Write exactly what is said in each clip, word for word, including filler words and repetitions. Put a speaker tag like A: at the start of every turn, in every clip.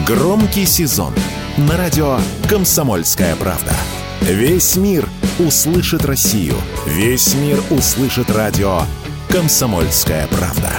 A: Громкий сезон на радио «Комсомольская правда». Весь мир услышит Россию. Весь мир услышит радио «Комсомольская правда».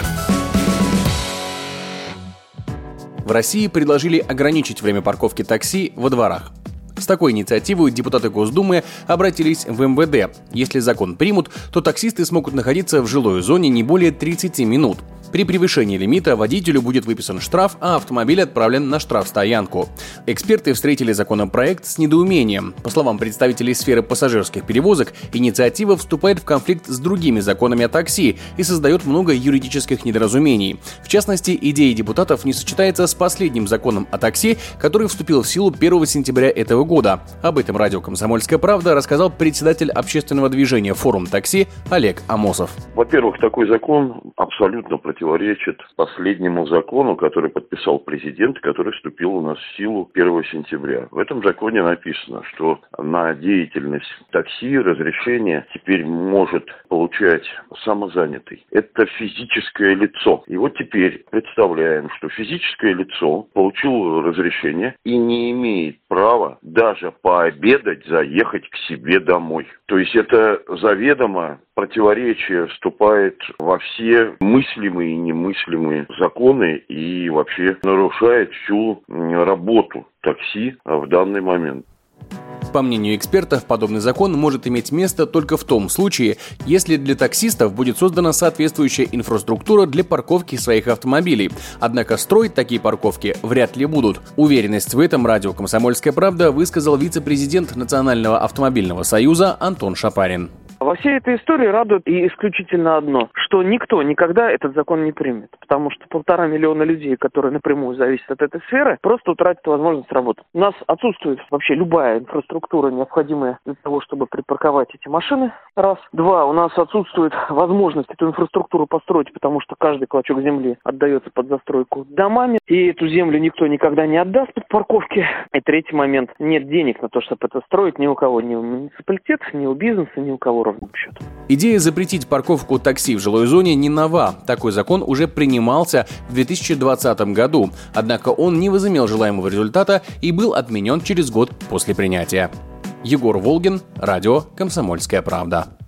B: В России предложили ограничить время парковки такси во дворах. С такой инициативой депутаты Госдумы обратились в эм вэ дэ. Если закон примут, то таксисты смогут находиться в жилой зоне не более тридцати минут. При превышении лимита водителю будет выписан штраф, а автомобиль отправлен на штрафстоянку. Эксперты встретили законопроект с недоумением. По словам представителей сферы пассажирских перевозок, инициатива вступает в конфликт с другими законами о такси и создает много юридических недоразумений. В частности, идея депутатов не сочетается с последним законом о такси, который вступил в силу первого сентября этого года. Об этом радио «Комсомольская правда» рассказал председатель общественного движения «Форум такси» Олег Амосов.
C: Во-первых, такой закон абсолютно против противоречит последнему закону, который подписал президент, который вступил у нас в силу первого сентября. В этом законе написано, что на деятельность такси разрешение теперь может получать самозанятый. Это физическое лицо. И вот теперь представляем, что физическое лицо получило разрешение и не имеет права даже пообедать, заехать к себе домой. То есть это заведомо противоречие вступает во все мыслимые и немыслимые законы и вообще нарушает всю работу такси в данный момент.
B: По мнению экспертов, подобный закон может иметь место только в том случае, если для таксистов будет создана соответствующая инфраструктура для парковки своих автомобилей. Однако строить такие парковки вряд ли будут. Уверенность в этом радио «Комсомольская правда» высказал вице-президент Национального автомобильного союза Антон Шапарин.
D: Во всей этой истории радует и исключительно одно, что никто никогда этот закон не примет, потому что полтора миллиона людей, которые напрямую зависят от этой сферы, просто утратят возможность работать. У нас отсутствует вообще любая инфраструктура, необходимая для того, чтобы припарковать эти машины. Раз. Два. У нас отсутствует возможность эту инфраструктуру построить, потому что каждый клочок земли отдается под застройку домами, и эту землю никто никогда не отдаст под парковки. И третий момент. Нет денег на то, чтобы это строить ни у кого, ни у муниципалитета, ни у бизнеса, ни у кого.
B: Идея запретить парковку такси в жилой зоне не нова. Такой закон уже принимался в две тысячи двадцатом году. Однако он не возымел желаемого результата и был отменен через год после принятия. Егор Волгин, радио «Комсомольская правда».